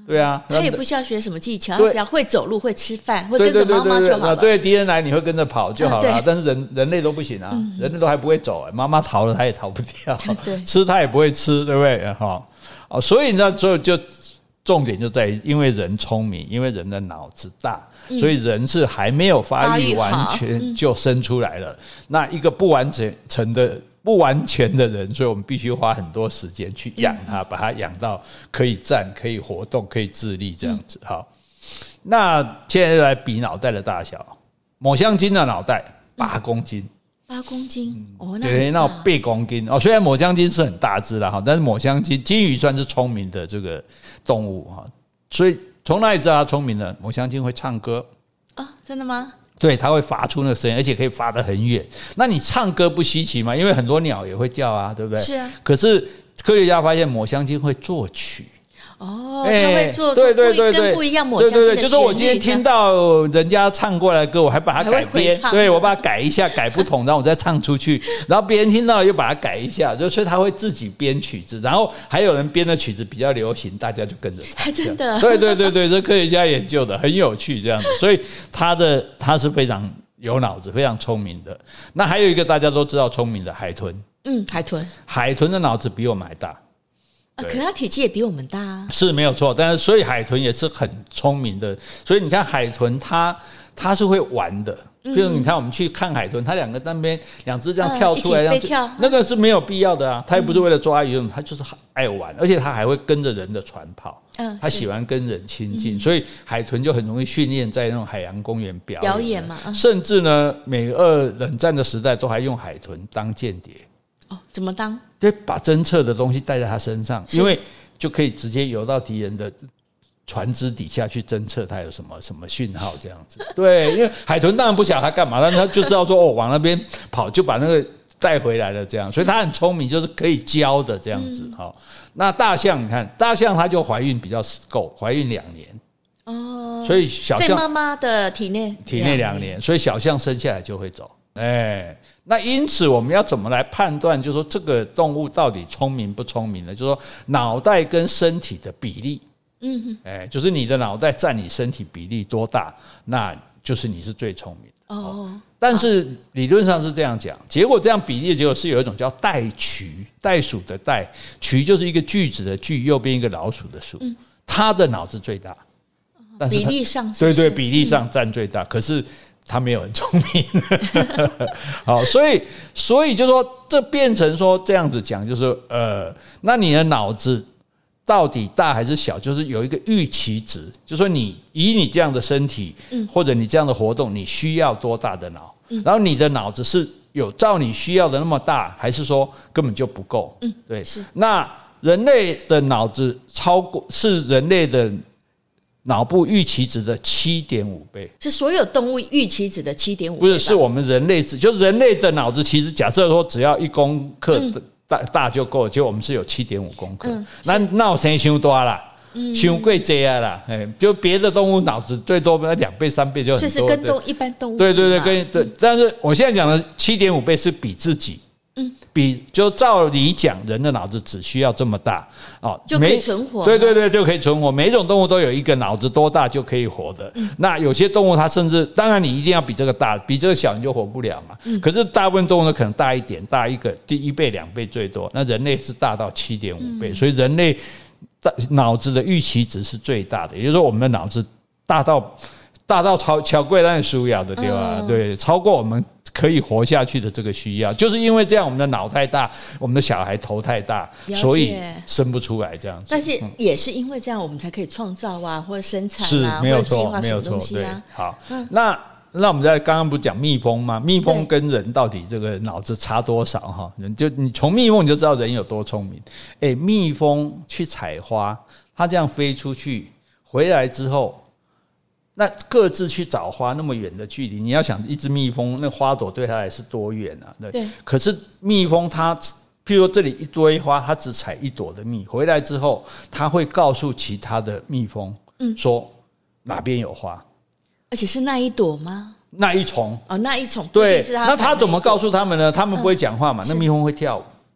对啊， 他也不需要学什么技巧，他只要会走路、会吃饭、会跟着妈妈就好了。 对，敌人来你会跟着跑就好了。 啊、 但是人人类都不行啊，嗯、人类都还不会走、欸，妈妈逃了他也逃不掉，吃他也不会吃，对不对？哈，哦，所以呢，所以就重点就在于，因为人聪明，因为人的脑子大，嗯、所以人是还没有发育完全就生出来了。嗯、那一个不完成的。不完全的人，所以我们必须花很多时间去养他，把他养到可以站、可以活动、可以自立这样子。好，那现在就来比脑袋的大小。抹香鲸的脑袋八公斤， 八公斤哦， 对，那八公斤哦。虽然抹香鲸是很大只啦哈，但是抹香鲸鲸鱼算是聪明的这个动物哈，所以从哪里知道它聪明呢？抹香鲸会唱歌啊，真的吗？ 对，它会发出那个声音，而且可以发得很远。那你唱歌不稀奇嘛？因为很多鸟也会叫啊，对不对？ 是啊。 可是科学家发现抹香鲸会作曲。 哦，他会做出跟不一样抹香鲸的旋律。对对对， 就是我今天听到人家唱过来的歌，我还把它改编，对我把它改一下，改不同，然后我再唱出去，然后别人听到又把它改一下，就所以他会自己编曲子，然后还有人编的曲子比较流行，大家就跟着唱。 还真的？ 对对对对，这科学家研究的很有趣，这样子，所以他的他是非常有脑子、非常聪明的。那还有一个大家都知道聪明的海豚， 嗯，海豚， 海豚的脑子比我们还大。 啊、可是它体积也比我们大啊， 是没有错，但是所以海豚也是很聪明的，所以你看海豚它它是会玩的，比如你看我们去看海豚，它两个在那边两只这样跳出来， 嗯、一起飞跳， 那个是没有必要的啊，它也不是为了抓鱼，它就是爱玩，而且它还会跟着人的船跑，嗯，它喜欢跟人亲近，所以海豚就很容易训练在那种海洋公园表演表演嘛，嗯、 甚至呢，美俄冷战的时代都还用海豚当间谍。 哦，怎么当？ 对，把侦测的东西带在他身上，因为就可以直接游到敌人的船只底下去侦测它有什么什么讯号，这样子。对，因为海豚当然不晓得他干嘛，但他就知道说哦，往那边跑，就把那个带回来了，这样。所以他很聪明，就是可以教的这样子。好、嗯，那大象，你看大象，它就怀孕比较够，怀孕两年。哦，所以小象在妈妈的体内， 体内两年，所以小象生下来就会走。哎，那因此我们要怎么来判断，就是说这个动物到底聪明不聪明呢？就是说脑袋跟身体的比例，嗯，哎，就是你的脑袋占你身体比例多大，那就是你是最聪明的。哦，但是理论上是这样讲，结果这样比例的结果是有一种叫袋蛆，袋鼠的袋，蛆就是一个句子的句，右边一个老鼠的鼠，嗯、它的脑子最大， 但是比例上是对对，比例上占最大，嗯、可是。他没有很聪明，好，所以所以就说这变成说这样子讲，就是呃，那你的脑子到底大还是小？就是有一个预期值，就是说你以你这样的身体，或者你这样的活动，你需要多大的脑？然后你的脑子是有照你需要的那么大，还是说根本就不够？嗯，对，是。那人类的脑子超过是人类的。脑部预期值的 七点五 倍， 是所有动物预期值的 七点五 倍， 不是，是我们人类值，就是人类的脑子其实假设说只要一公克大大就够了，结果我们是有 七点五 公克，嗯、那那我先太多啦，太贵这样啦，哎，就别的动物脑子最多两倍三倍就很多， 所以是跟动一般动物对对对跟对，但是我现在讲的 七点五 倍是比自己。嗯，比就照理讲，人的脑子只需要这么大哦， 就可以存活。 对对对，就可以存活。每一种动物都有一个脑子多大就可以活的。嗯、那有些动物它甚至，当然你一定要比这个大，比这个小你就活不了嘛。嗯、可是大部分动物呢，可能大一点，大一个第一倍、两倍最多。那人类是大到 七点五 倍，嗯、所以人类脑子的预期值是最大的。也就是说，我们的脑子大到大到超超过咱需要的，对吧？嗯、对，超过我们。可以活下去的这个需要，就是因为这样，我们的脑太大，我们的小孩头太大，所以生不出来这样子。 但是也是因为这样，我们才可以创造啊，或者生产啊， 或者计划什么东西啊。 好，嗯、那那我们在刚刚不是讲蜜蜂吗？蜜蜂跟人到底这个脑子差多少？哈，就你从蜜蜂你就知道人有多聪明。哎，蜜蜂去采花，它这样飞出去，回来之后。那各自去找花那么远的距离，你要想一只蜜蜂，那花朵对它来是多远啊？对。对可是蜜蜂它，譬如说这里一堆花，它只采一朵的蜜，回来之后，它会告诉其他的蜜蜂，说哪边有花， 而且是那一朵吗？ 那一丛哦，那一丛。 对。那它怎么告诉他们呢？他们不会讲话嘛？嗯、那蜜蜂会跳舞。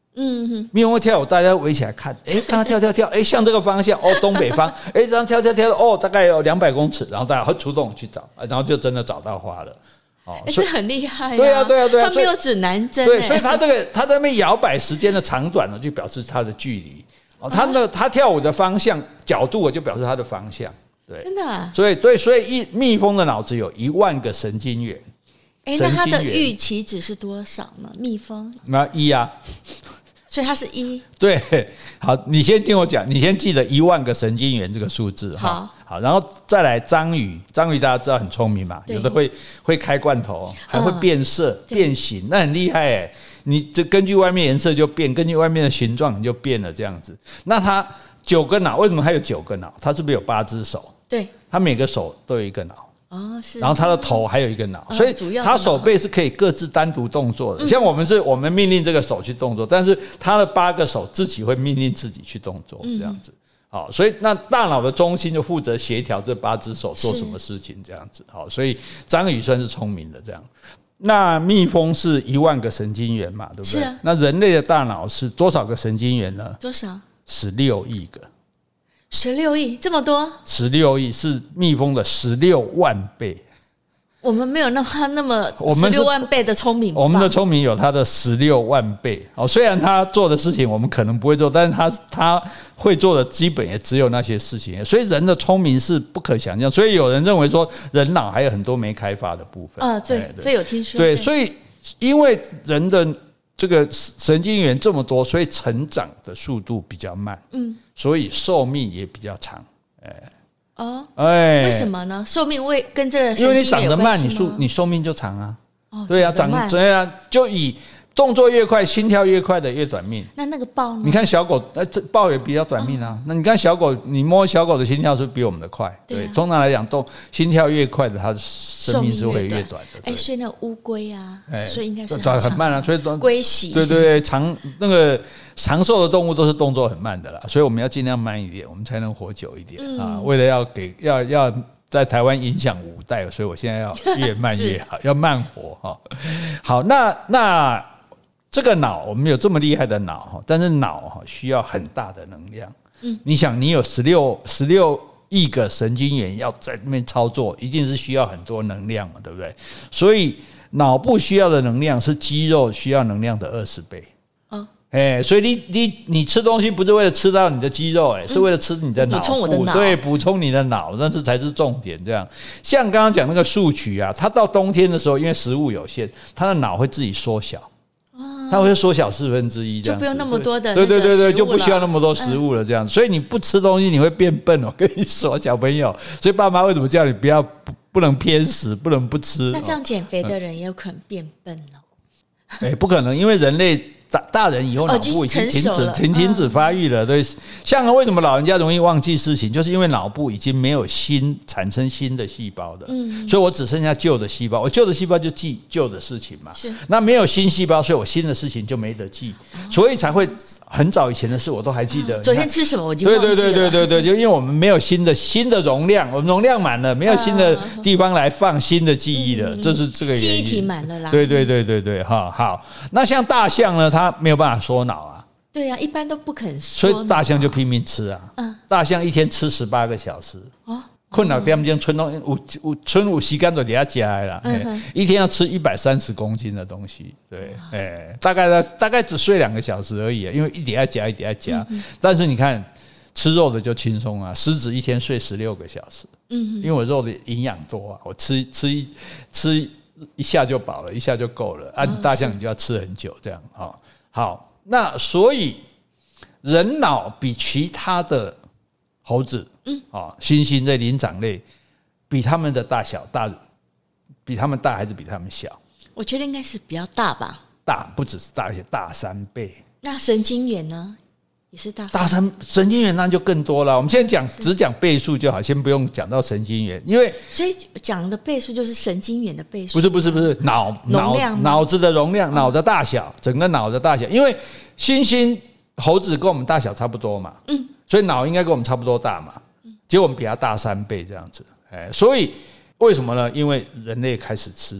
嗯哼， 蜜蜂会跳舞，大家围起来看，哎，看它跳跳跳，哎，向这个方向，哦，东北方，哎，这样跳跳跳，哦，大概有两百公尺，然后大家会出动去找，然后就真的找到花了。哦， 哎，这很厉害、啊。 对啊，对啊，对啊， 他没有指南针、欸。 对，所以他这个他在那边摇摆时间的长短呢，就表示它的距离。哦，他的他跳舞的方向角度，就表示它的方向。对， 真的、啊。 所以对，所以一蜜蜂的脑子有一万个神经元。 哎，那它的预期值是多少呢？蜜蜂？ 那一啊。 所以它是一。 对，好，你先听我讲，你先记得一万个神经元这个数字。 好， 好，然后再来章鱼，章鱼大家知道很聪明嘛，有的会会开罐头，还会变色、嗯、变形，那很厉害哎。你这根据外面颜色就变，根据外面的形状你就变了这样子。那它九个脑，为什么它有九个脑？它是不是有八只手？ 对， 它每个手都有一个脑。 哦，是。 然后它的头还有一个脑，所以它手背是可以各自单独动作的。像我们是我们命令这个手去动作，但是它的八个手自己会命令自己去动作，这样子。好，所以那大脑的中心就负责协调这八只手做什么事情，这样子。好，所以章鱼算是聪明的这样。那蜜蜂是一万个神经元嘛，对不对？ 是啊。 那人类的大脑是多少个神经元呢？ 多少？ 十六亿个。 十六亿，这么多？ 十六亿是蜜蜂的十六万倍。 我们没有那么那么十六万倍的聪明吧。 我们的聪明有它的十六万倍。哦，虽然他做的事情我们可能不会做，但是他他会做的基本也只有那些事情。所以人的聪明是不可想象。所以有人认为说人脑还有很多没开发的部分。 啊，对，这有听说。 对，所以因为人的这个神经元这么多，所以成长的速度比较慢。嗯。所以寿命也比较长，哎， 哦，哎，为什么呢？寿命会跟这个神经元有关系吗？因为你长得慢， 你寿你寿命就长啊。 哦， 对啊，长对啊，就以动作越快，心跳越快的越短命。 那那个豹呢？ 你看小狗，呃，豹也比较短命啊。那你看小狗，你摸小狗的心跳是不是比我们的快？对，通常来讲，动心跳越快的，它的生命是会越短的。 哎，所以那个乌龟啊，所以应该是很慢啊，所以龟息。 对对对，长那个长寿的动物都是动作很慢的啦，所以我们要尽量慢一点，我们才能活久一点啊。为了要给要要在台湾影响五代，所以我现在要越慢越好，要慢活哈。好，那那。这个脑，我们有这么厉害的脑，但是脑需要很大的能量。嗯，你想，你有十六十六亿个神经元要在那边操作，一定是需要很多能量嘛，对不对？所以脑部需要的能量是肌肉需要能量的二十倍。哦，哎，所以你你你吃东西不是为了吃到你的肌肉，哎，是为了吃你的脑部， 补充我的脑， 对，补充你的脑，那是才是重点。这样，像刚刚讲那个树曲啊，它到冬天的时候，因为食物有限，它的脑会自己缩小。它会缩小四分之一，这样就不用那么多的， 对对对对，就不需要那么多食物了，这样。所以你不吃东西，你会变笨。我跟你说，小朋友，所以爸妈为什么叫你不要不能偏食，不能不吃？ 那这样减肥的人也有可能变笨哦。 哎，不可能，因为人类大大人以后脑部已经停止停停止发育了。对，像为什么老人家容易忘记事情，就是因为脑部已经没有新产生新的细胞的，嗯，所以我只剩下旧的细胞，我旧的细胞就记旧的事情嘛，是。那没有新细胞，所以我新的事情就没得记，所以才会很早以前的事我都还记得。 昨天吃什么我已经忘记了。 对对对对对对，就因为我们没有新的新的容量，我们容量满了，没有新的地方来放新的记忆了，这是这个原因。 记忆体满了啦。 对对对对对，哈好。那像大象呢，它没有办法缩脑啊。 对啊，一般都不肯缩。 所以大象就拼命吃啊。嗯。大象一天吃十八个小时。哦。困了点钟，春冬有有春有时间就给它加来了，嗯、一天要吃一百三十公斤的东西，对，哎，大概大概只睡两个小时而已，因为一点要加，一点要加。嗯、但是你看吃肉的就轻松啊，狮子一天睡十六个小时，嗯，因为我肉的营养多啊，我吃吃一吃一下就饱了，一下就够了。按、啊、大象你就要吃很久，这样啊。好，那所以人脑比其他的猴子。嗯，哦，猩猩这灵长类比他们的大小大，比他们大还是比他们小？ 我觉得应该是比较大吧。 大不只是大，而且大三倍。 那神经元呢，也是大大三神经元那就更多了。我们现在讲只讲倍数就好，先不用讲到神经元，因为所以讲的倍数就是神经元的倍数。 不是不是不是脑脑脑子的容量，脑的大小，整个脑的大小。因为猩猩、猴子跟我们大小差不多嘛，嗯，所以脑应该跟我们差不多大嘛。结果我们比它大三倍这样子，哎，所以为什么呢？因为人类开始吃肉，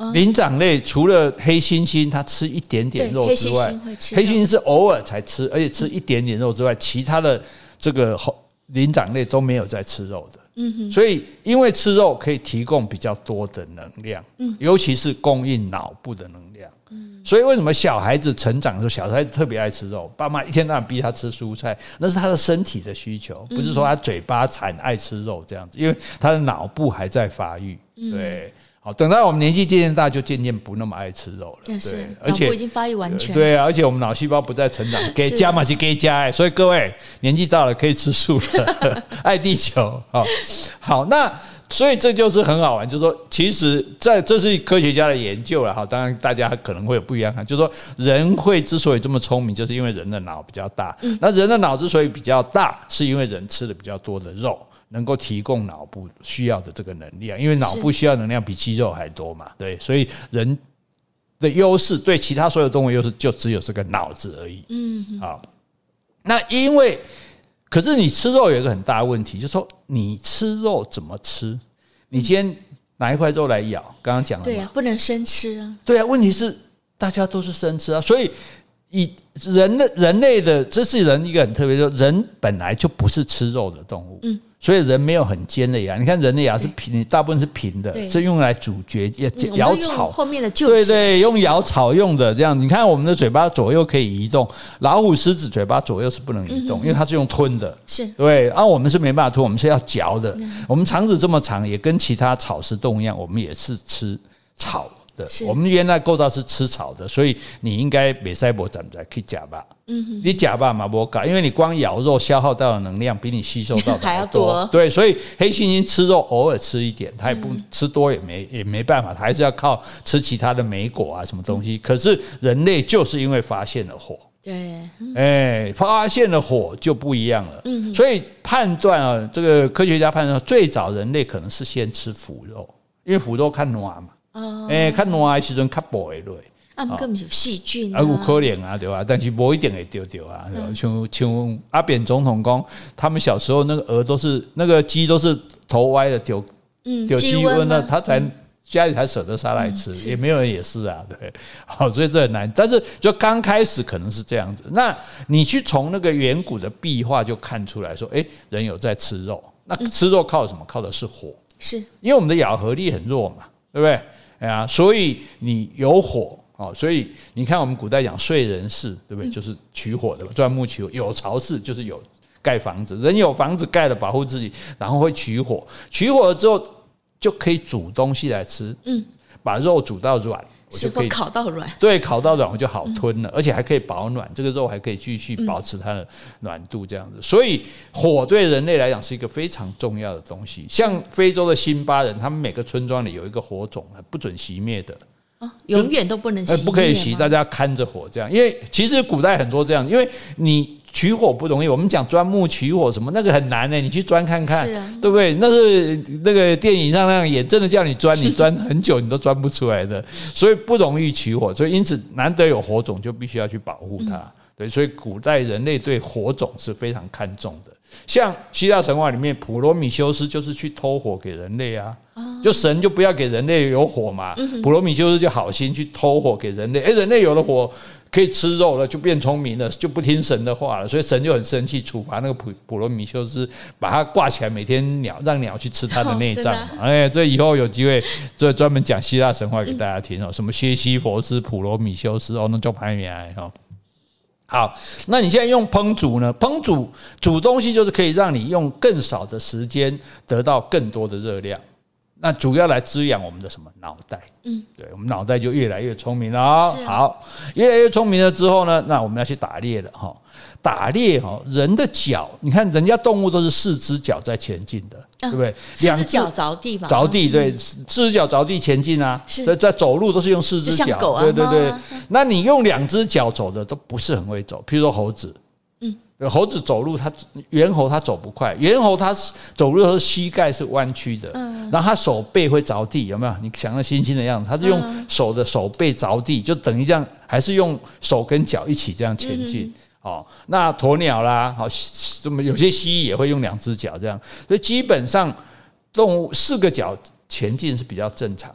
灵长类除了黑猩猩它吃一点点肉之外，黑猩猩是偶尔才吃，而且吃一点点肉之外，其他的这个灵长类都没有在吃肉的。嗯哼，所以因为吃肉可以提供比较多的能量，嗯，尤其是供应脑部的能量。嗯，所以为什么小孩子成长的时候，小孩子特别爱吃肉？爸妈一天到晚逼他吃蔬菜，那是他的身体的需求，不是说他嘴巴馋爱吃肉这样子，因为他的脑部还在发育。对。好，等到我们年纪渐渐大，就渐渐不那么爱吃肉了。对，而且脑部已经发育完全。 对啊，而且我们脑细胞不再成长，给加嘛是给加哎，所以各位年纪大了可以吃素了，爱地球。好，好，那所以这就是很好玩，就是说，其实在这是科学家的研究了哈。当然，大家可能会有不一样看，就是说，人会之所以这么聪明，就是因为人的脑比较大。嗯、那人的脑之所以比较大，是因为人吃的比较多的肉。能够提供脑部需要的这个能量，因为脑部需要能量比肌肉还多嘛，对，所以人的优势对其他所有动物优势就只有这个脑子而已。嗯，好，那因为可是你吃肉有一个很大的问题，就是说你吃肉怎么吃？你今天拿一块肉来咬，刚刚讲了嘛， 对啊，不能生吃啊。 对啊，问题是大家都是生吃啊，所以以人的人类的，这是人一个很特别，就是人本来就不是吃肉的动物。嗯。所以人没有很尖的牙，你看人的牙是平，大部分是平的，是用来咀嚼、咬草。 后面的臼齿， 对对，用咬草用的这样。你看我们的嘴巴左右可以移动，老虎、狮子嘴巴左右是不能移动，因为它是用吞的。 是， 对，然后我们是没办法吞，我们是要嚼的。我们肠子这么长，也跟其他草食动物一样，我们也是吃草的。我们原来构造是吃草的，所以你应该没塞博怎么在去夹吧。嗯，你假吧嘛不搞，因为你光咬肉消耗到的能量比你吸收到的还要多。对，所以黑猩猩吃肉偶尔吃一点，它也不吃多也没也没办法，它还是要靠吃其他的莓果啊什么东西。可是人类就是因为发现了火， 对， 哎，发现了火就不一样了。嗯，所以判断啊，这个科学家判断最早人类可能是先吃腐肉，因为腐肉较软嘛。哦，哎，较软的时阵较薄的类。 啊，根本有细菌啊， 有可能啊，对吧？但是不一定会丢丢啊，嗯、像像阿扁总统讲，他们小时候那个鹅都是那个鸡都是头歪的丢， 嗯， 丢鸡瘟了，他才、嗯、家里才舍得杀来吃，嗯、也没有人也是啊，对，好，所以这很难。但是就刚开始可能是这样子，那你去从那个远古的壁画就看出来说，哎，人有在吃肉，那吃肉靠什么？靠的是火， 是因为我们的咬合力很弱嘛，对不对？哎呀，所以你有火。哦，所以你看，我们古代讲燧人氏，对不对？就是取火的，钻木取火。有巢氏就是有盖房子，人有房子盖了保护自己，然后会取火。取火了之后就可以煮东西来吃，嗯，把肉煮到软，我就可以烤到软， 对，烤到软我就好吞了，而且还可以保暖，这个肉还可以继续保持它的暖度，这样子。所以火对人类来讲是一个非常重要的东西。像非洲的辛巴人，他们每个村庄里有一个火种，不准熄灭的。 哦、永远都不能熄， 不可以熄，大家看着火这样。因为其实古代很多这样，因为你取火不容易。我们讲钻木取火什么，那个很难呢、欸，你去钻看看，啊、对不对？那是那个电影上那样演，真的叫你钻，你钻很久你都钻不出来的，所以不容易取火。所以因此难得有火种，就必须要去保护它。嗯、对，所以古代人类对火种是非常看重的。像希腊神话里面，普罗米修斯就是去偷火给人类啊。就神就不要给人类有火嘛，普罗米修斯就好心去偷火给人类，哎，人类有了火可以吃肉了，就变聪明了，就不听神的话了，所以神就很生气，处罚那个普普罗米修斯，把他挂起来，每天鸟让鸟去吃他的内脏嘛。哎，这以后有机会就专门讲希腊神话给大家听哦，什么薛西弗斯、普罗米修斯哦，那就排名哦。好，那你现在用烹煮呢？烹煮煮东西就是可以让你用更少的时间得到更多的热量。那主要来滋养我们的什么脑袋？嗯，对，我们脑袋就越来越聪明了、哦。啊、好，越来越聪明了之后呢，那我们要去打猎了哈。打猎哈，人的脚，你看人家动物都是四只脚在前进的，对不对？ 两只脚着地吧？ 着地，对，四只脚着地前进啊。在在走路都是用四只脚， 狗啊、 对对对。啊、那你用两只脚走的都不是很会走，譬如说猴子。猴子走路，它猿猴它走不快，猿猴它走路的时候膝盖是弯曲的，嗯、然后它手背会着地，有没有？你想那猩猩的样子，它是用手的手背着地，就等于这样，还是用手跟脚一起这样前进。嗯哦，那鸵鸟啦，好，这么有些蜥蜴也会用两只脚这样，所以基本上动物四个脚前进是比较正常的。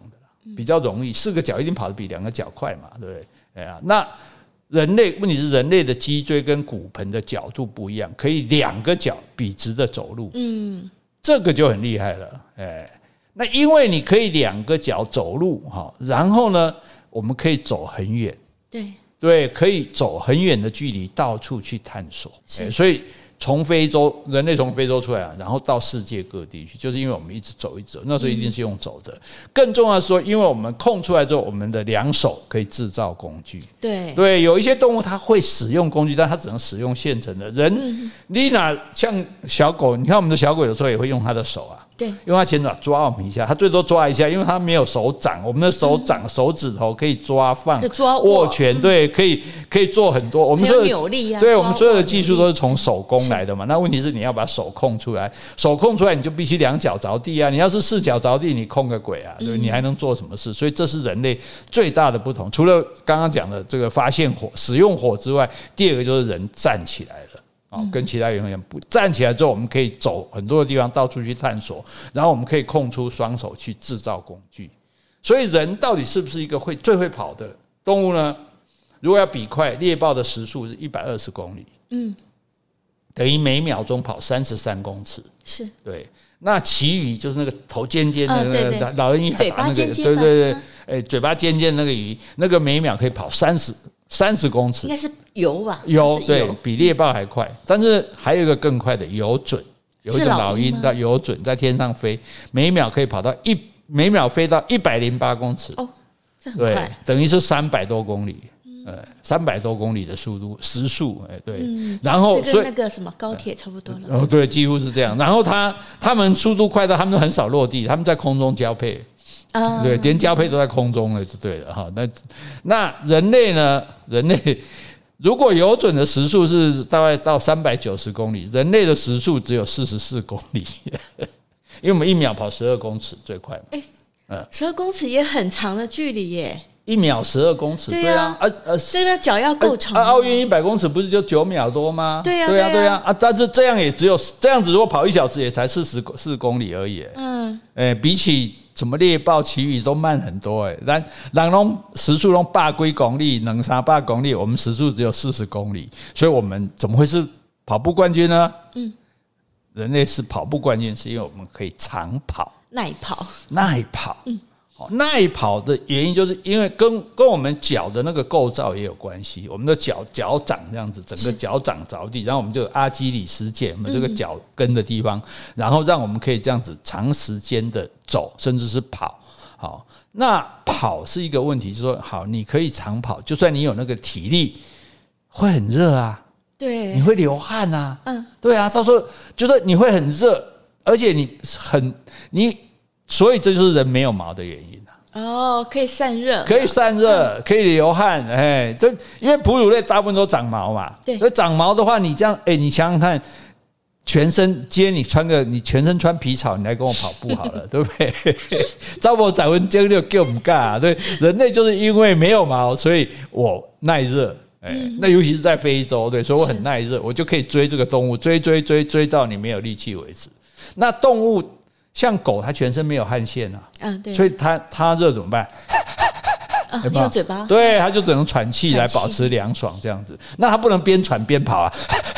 比较容易，四个脚一定跑得比两个脚快嘛，对不对？哎呀，那人类问题是人类的脊椎跟骨盆的角度不一样，可以两个脚笔直的走路，嗯，这个就很厉害了，哎，那因为你可以两个脚走路哈，然后呢，我们可以走很远， 对对，可以走很远的距离，到处去探索，哎，所以。从非洲，人类从非洲出来啊，然后到世界各地去，就是因为我们一直走一直走，那时候一定是用走的。嗯、更重要的是说，因为我们空出来之后，我们的两手可以制造工具。对对，有一些动物它会使用工具，但它只能使用现成的。人，嗯、你哪像小狗，你看我们的小狗有时候也会用它的手啊。对，用它前爪抓我们一下，它最多抓一下，因为它没有手掌，我们的手掌、嗯、手指头可以抓放、抓握拳，对，可以可以做很多。我们所有扭力啊， 对我们所有的技术都是从手工来的嘛。那问题是你要把手空出来，手空出来你就必须两脚着地啊！你要是四脚着地，你空个鬼啊！对，你还能做什么事？所以这是人类最大的不同。除了刚刚讲的这个发现火、使用火之外，第二个就是人站起来了。跟其他猿不站起来之后，我们可以走很多的地方，到处去探索，然后我们可以空出双手去制造工具。所以人到底是不是一个会最会跑的动物呢？如果要比快，猎豹的时速是一百二十公里，嗯，等于每秒钟跑三十三公尺，是对。那旗鱼就是那个头尖尖的那个老人鱼海拔那个，对对对，哎，嘴巴尖尖那个鱼，那个每秒可以跑三十。三十公尺， 应该是游吧？ 游对比猎豹还快，但是还有一个更快的游隼，有一种老鹰叫游隼，在天上飞，每秒可以跑到一每秒飞到一百零八公尺，哦，这很快，对，等于是三百多公里，呃，三百多公里的速度时速，哎，对，嗯、然后这跟那个什么高铁差不多了， 哦，对，几乎是这样。然后他他们速度快到他们都很少落地，他们在空中交配。对，连交配都在空中了，就对了哈。那那人类呢？人类如果游隼的时速是大概到三百九十公里，人类的时速只有四十四公里，因为我们一秒跑十二公尺最快嘛。哎、 欸，十二公尺也很长的距离耶。 一秒十二公尺，对啊， 而而这个脚要够长。 奥运一百公尺不是就九秒多吗？ 对呀， 对呀，对呀啊！但是这样也只有这样子，如果跑一小时也才四十四公里而已。嗯，哎，比起什么猎豹、旗鱼都慢很多哎。咱人拢时速拢百几公里，两三百公里，我们时速只有四十公里，所以我们怎么会是跑步冠军呢？嗯，人类是跑步冠军，是因为我们可以长跑、 耐跑、 耐跑。嗯。耐跑的原因就是因为跟跟我们脚的那个构造也有关系，我们的脚脚掌这样子，整个脚掌着地，然后我们就有阿基里斯腱，我们这个脚跟的地方，然后让我们可以这样子长时间的走，甚至是跑。好，那跑是一个问题，就是说，好，你可以长跑，就算你有那个体力，会很热啊，对，你会流汗啊，嗯，对啊，到时候就是你会很热，而且你很你。所以这就是人没有毛的原因啊！ 哦，可以散热， 可以散热，可以流汗，哎，这因为哺乳类大部分都长毛嘛，对，所以长毛的话，你这样，哎，你想想看，全身今天你穿个你全身穿皮草，你来跟我跑步好了，对不对？招我载文经就给我们干啊！对，人类就是因为没有毛，所以我耐热，哎，嗯、那尤其是在非洲，对，所以我很耐热，我就可以追这个动物，追追追追到你没有力气为止。那动物。像狗，它全身没有汗腺啊，嗯，对，所以它它热怎么办？ 啊，没有嘴巴， 对，它就只能喘气来保持凉爽这样子。那它不能边喘边跑啊。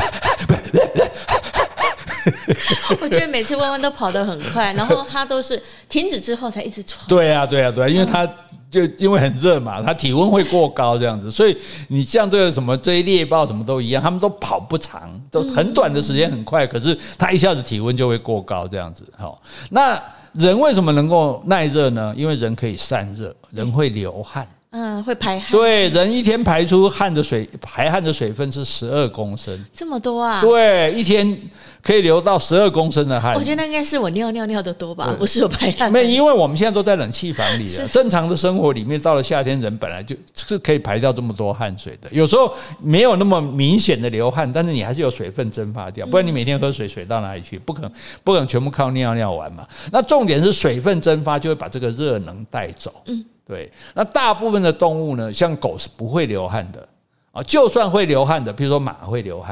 我觉得每次弯弯都跑得很快，然后它都是停止之后才一直喘。 对啊，对啊，对啊，因为它。就因为很热嘛，它体温会过高这样子，所以你像这个什么这些猎豹什么都一样，他们都跑不长，都很短的时间很快，可是它一下子体温就会过高这样子。好，那人为什么能够耐热呢？因为人可以散热，人会流汗。 嗯，会排汗。 对，人一天排出汗的水，排汗的水分是十二公升， 这么多啊？ 对，一天可以流到十二公升的汗。 我觉得那应该是我尿尿尿的多吧，不是我排汗。 没，因为我们现在都在冷气房里了，正常的生活里面，到了夏天，人本来就是可以排掉这么多汗水的。有时候没有那么明显的流汗，但是你还是有水分蒸发掉，不然你每天喝水，水到哪里去？不可能，不可能全部靠尿尿完嘛。那重点是水分蒸发就会把这个热能带走。嗯。对，那大部分的动物呢，像狗是不会流汗的啊，就算会流汗的，比如说马会流汗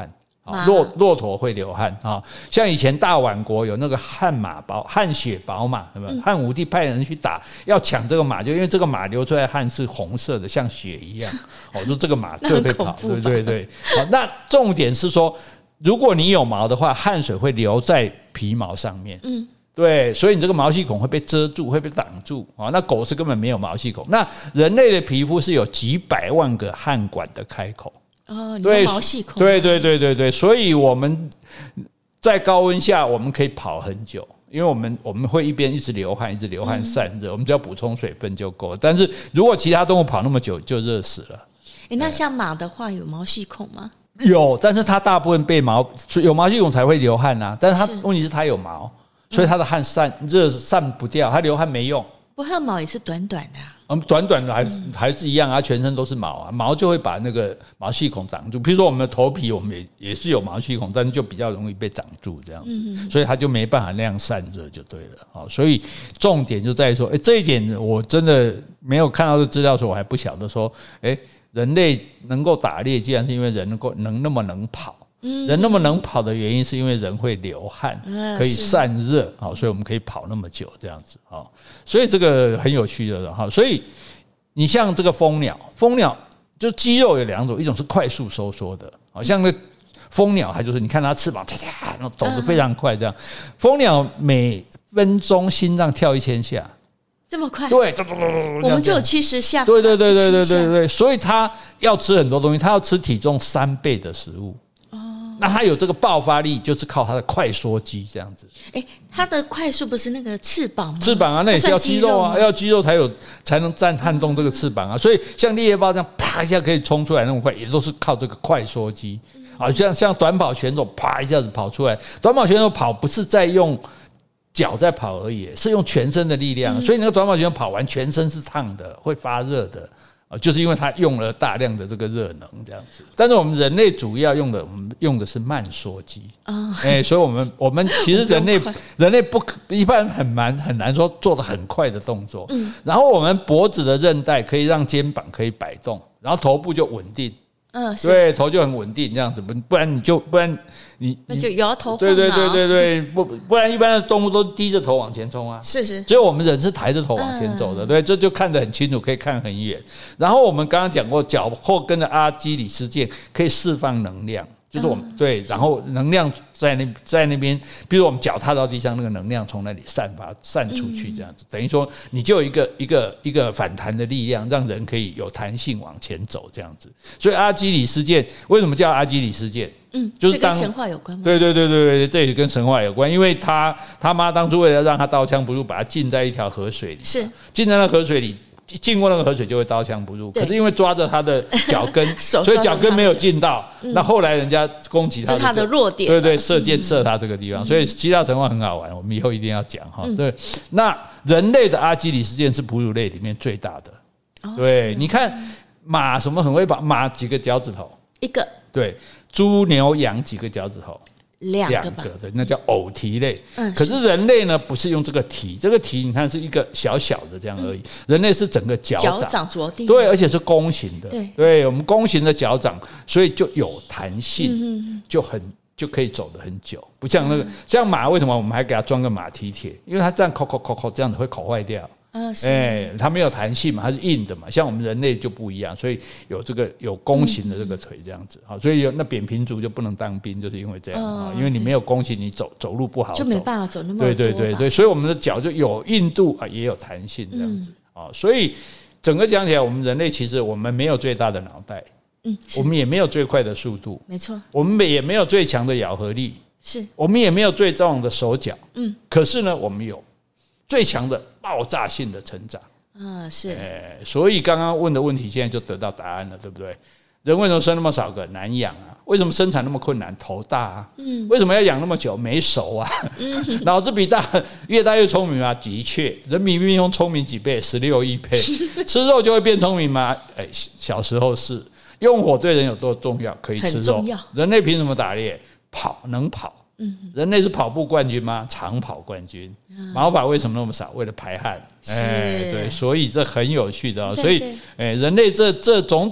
骆骆驼会流汗啊，像以前大宛国有那个汗马宝汗血宝马，有没有？汉武帝派人去打，要抢这个马，就因为这个马流出来的汗是红色的，像血一样。哦，说这个马最会跑，对对对。好，那重点是说，如果你有毛的话，汗水会留在皮毛上面。嗯。对，所以你这个毛细孔会被遮住，会被挡住啊。那狗是根本没有毛细孔，那人类的皮肤是有几百万个汗管的开口。 哦，你说毛细孔， 对对对对对，所以我们在高温下我们可以跑很久，因为我们我们会一边一直流汗，一直流汗散热，嗯、我们只要补充水分就够了。但是如果其他动物跑那么久，就热死了。 欸、那像马的话，有毛细孔吗？ 有，但是它大部分被毛有毛细孔才会流汗啊。但是它问题是它有毛，所以它的汗散热散不掉，它流汗没用。 不过它的毛也是短短的、啊。 嗯，短短的还是、嗯、还是一样啊，全身都是毛啊，毛就会把那个毛细孔挡住。比如说我们的头皮，我们也也是有毛细孔，但是就比较容易被挡住这样子，嗯、所以它就没办法那样散热就对了。好，所以重点就在于说，哎，这一点我真的没有看到的资料的时候，我还不晓得说，哎，人类能够打猎，既然是因为人能够能那么能跑。人那么能跑的原因是因为人会流汗，可以散热，所以我们可以跑那么久这样子，所以这个很有趣的。所以你像这个蜂鸟，蜂鸟就肌肉有两种，一种是快速收缩的，像那蜂鸟它就是你看它翅膀嚓嚓抖得非常快这样，蜂鸟每分钟心脏跳一千下。 这么快？ 对， 我们就有七十下。 对对对对对对对，所以它要吃很多东西，它要吃体重三倍的食物。那它有这个爆发力，就是靠它的快缩肌这样子。 哎、欸，它的快速不是那个翅膀吗？ 翅膀啊，那也是要肌肉啊，要肌肉才有才能站撼动这个翅膀啊。所以像猎豹这样啪一下可以冲出来那么快，也都是靠这个快缩肌。啊，像像短跑选手啪一下子跑出来，短跑选手跑不是在用脚在跑而已，是用全身的力量。所以那个短跑选手跑完全身是烫的，会发热的。就是因为它用了大量的这个热能这样子，但是我们人类主要用的，我们用的是慢缩肌啊，哎，所以我们我们其实人类人类不可一般很难很难说做得很快的动作，嗯，然后我们脖子的韧带可以让肩膀可以摆动，然后头部就稳定。嗯，对，头就很稳定，这样子，不不然你就不然你那就摇头晃脑。 对对对对对，不不然一般的动物都低着头往前冲啊， 是是， 只有我们人是抬着头往前走的，嗯、对，这就看得很清楚，可以看很远。然后我们刚刚讲过，脚后跟的阿基里斯腱可以释放能量。就是我们、嗯、对，然后能量在那在那边，比如我们脚踏到地上，那个能量从那里散发散出去，这样子，嗯、等于说你就有一个一个一个反弹的力量，让人可以有弹性往前走，这样子。所以阿基里斯腱为什么叫阿基里斯腱？ 嗯，就是跟神话有关吗？ 对对对对对，这也跟神话有关，因为他他妈当初为了让他刀枪不入，把他浸在一条河水里， 是浸在那河水里。进过那个河水就会刀枪不入，可是因为抓着他的脚跟，所以脚跟没有进到。嗯、那后来人家攻击他的， 是他的弱点。 对对，射箭射他这个地方，嗯、所以希腊神话很好玩，我们以后一定要讲哈。嗯、对，那人类的阿基里斯腱是哺乳类里面最大的。哦、对，你看马什么很会跑，马几个脚趾头？ 一个。 对，猪牛羊几个脚趾头？ 两个吧， 的那叫偶蹄类。嗯，可是人类呢，不是用这个蹄，这个蹄你看是一个小小的这样而已。嗯、人类是整个脚掌， 脚掌着地， 对，而且是弓形的。 对， 对我们弓形的脚掌，所以就有弹性，嗯、就很就可以走得很久。不像那个、嗯、像马，为什么我们还给它装个马蹄铁？因为它这样扣扣扣扣这样子会口坏掉。哎、欸，它没有弹性嘛，它是硬的嘛，像我们人类就不一样，所以有这个有弓形的这个腿这样子，好，所以有那扁平足就不能当兵，就是因为这样啊，因为你没有弓形，你走走路不好走， 就没办法走那么多。 对对对对，所以我们的脚就有硬度啊，也有弹性这样子啊，所以整个讲起来，我们人类其实我们没有最大的脑袋，嗯，我们也没有最快的速度， 没错， 我们也没有最强的咬合力， 是我们也没有最壮的手脚，嗯，可是呢，我们有最强的爆炸性的成长。 啊，是、欸， 所以刚刚问的问题现在就得到答案了，对不对？人为什么生那么少个？难养啊！为什么生产那么困难？头大啊！嗯，为什么要养那么久？没熟啊！嗯、脑子比大，越大越聪明吗？的确，人比蜜蜂聪明几倍？十六亿倍。吃肉就会变聪明吗？哎，小时候是。用火对人有多重要？可以吃肉。人类凭什么打猎？跑能跑。嗯、人类是跑步冠军吗？长跑冠军。毛发为什么那么少？为了排汗。哎，对，所以这很有趣的、哦。所以，哎，人类这这种种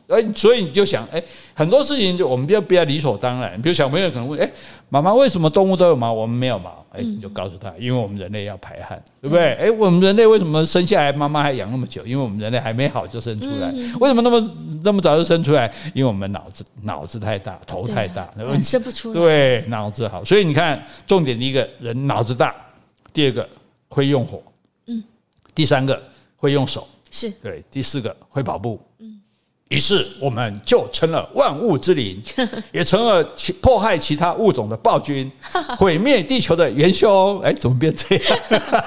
所以你就想，哎，很多事情就我们不要不要理所当然。比如小朋友可能问，哎，妈妈为什么动物都有毛，我们没有毛？哎，你就告诉他，因为我们人类要排汗，对不对？哎，我们人类为什么生下来妈妈还养那么久？因为我们人类还没好就生出来。为什么那么那么早就生出来？因为我们脑子脑子太大，头太大， 生不出来。 对，脑子好，所以你看，重点第一个人脑子大，第二个会用火，嗯，第三个会用手。 是对，第四个会跑步，嗯，于是我们就成了万物之灵，也成了迫害其他物种的暴君，毁灭地球的元凶。哎，怎么变这样？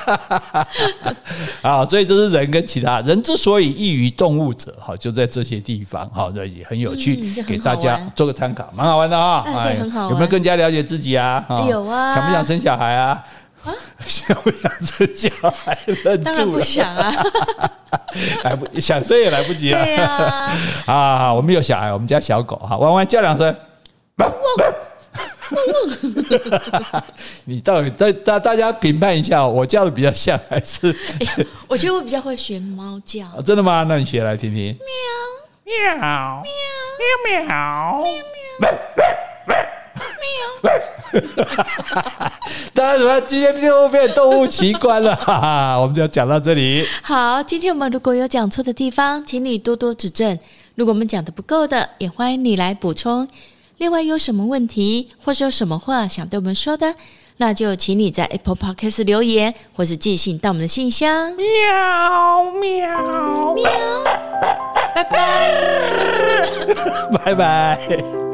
啊，所以这是人跟其他人之所以异于动物者，哈，就在这些地方，哈，这也很有趣， 嗯、 给大家做个参考，蛮好玩的啊、哦！ 哎，对，很好玩。 有没有更加了解自己啊？ 哎、有啊， 想不想生小孩啊？啊、想不想生小孩？愣住了， 当然不想啊。 来不想生也来不及了。 对呀、啊， 啊，我们有小孩，我们家小狗哈，弯弯叫两声，你到底大大大家评判一下，我叫的比较像还是？ 欸、我觉得我比较会学猫叫、 啊。真的吗？那你学来听听。 喵喵喵喵喵喵。大家怎么今天就变动物奇观了？哈哈，我们就讲到这里。 好，今天我们如果有讲错的地方，请你多多指正。如果我们讲的不够的，也欢迎你来补充。另外，有什么问题或是有什么话想对我们说的，那就请你在 Apple Podcast 留言，或是寄信到我们的信箱。 喵喵喵，拜拜， 拜拜。